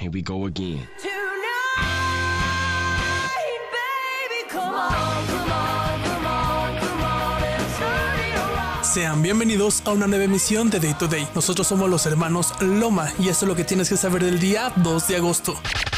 Here we go again. Tonight, baby, come on, come on, come on, come on and turn it around. Sean bienvenidos a una nueva emisión de Day to Day. Nosotros somos los hermanos Loma y esto es lo que tienes que saber del día 2 de agosto.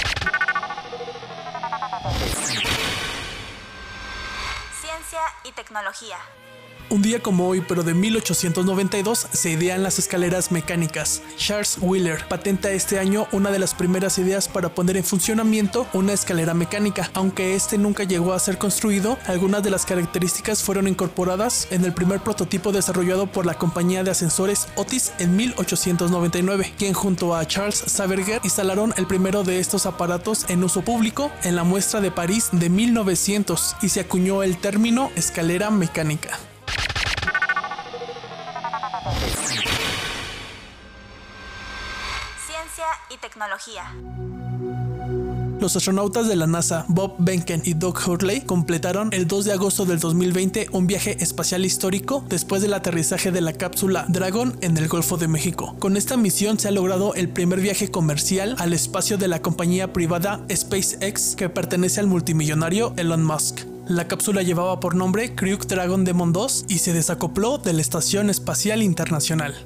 Ciencia y tecnología. Un día como hoy, pero de 1892, se idean las escaleras mecánicas. Charles Wheeler patenta este año una de las primeras ideas para poner en funcionamiento una escalera mecánica. Aunque este nunca llegó a ser construido, algunas de las características fueron incorporadas en el primer prototipo desarrollado por la compañía de ascensores Otis en 1899, quien junto a Charles Saverger instalaron el primero de estos aparatos en uso público en la muestra de París de 1900 y se acuñó el término escalera mecánica. Ciencia y tecnología. Los astronautas de la NASA, Bob Behnken y Doug Hurley, completaron el 2 de agosto del 2020 un viaje espacial histórico después del aterrizaje de la cápsula Dragon en el Golfo de México. Con esta misión se ha logrado el primer viaje comercial al espacio de la compañía privada SpaceX, que pertenece al multimillonario Elon Musk. La cápsula llevaba por nombre Crew Dragon Demon 2 y se desacopló de la Estación Espacial Internacional.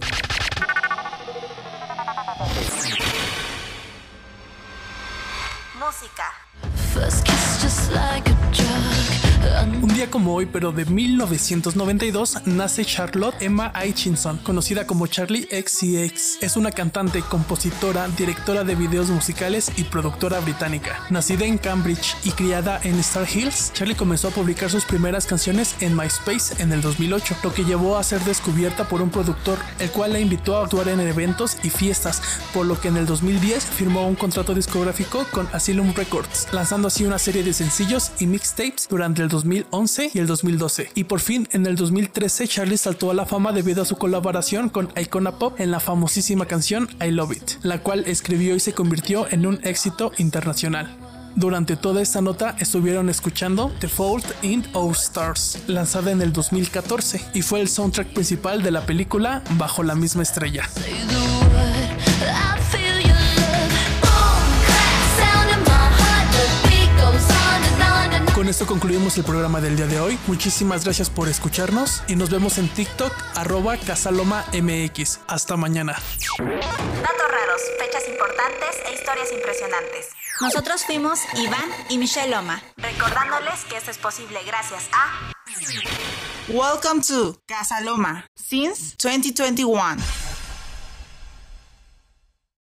Música. Un día como hoy, pero de 1992, nace Charlotte Emma Aitchison, conocida como Charli XCX. Es una cantante, compositora, directora de videos musicales y productora británica. Nacida en Cambridge y criada en Star Hills, Charli comenzó a publicar sus primeras canciones en MySpace en el 2008, lo que llevó a ser descubierta por un productor, el cual la invitó a actuar en eventos y fiestas, por lo que en el 2010 firmó un contrato discográfico con Asylum Records, lanzando así una serie de sencillos y mixtapes durante el 2011 y el 2012. Y por fin, en el 2013, Charli saltó a la fama debido a su colaboración con Icona Pop en la famosísima canción I Love It, la cual escribió y se convirtió en un éxito internacional. Durante toda esta nota estuvieron escuchando The Fault in Our Stars, lanzada en el 2014, y fue el soundtrack principal de la película Bajo la misma estrella. Con esto concluimos el programa del día de hoy. Muchísimas gracias por escucharnos y nos vemos en TikTok @casalomamx. Hasta mañana. Datos raros, fechas importantes e historias impresionantes. Nosotros fuimos Iván y Michelle Loma, recordándoles que esto es posible gracias a... Welcome to Casa Loma since 2021.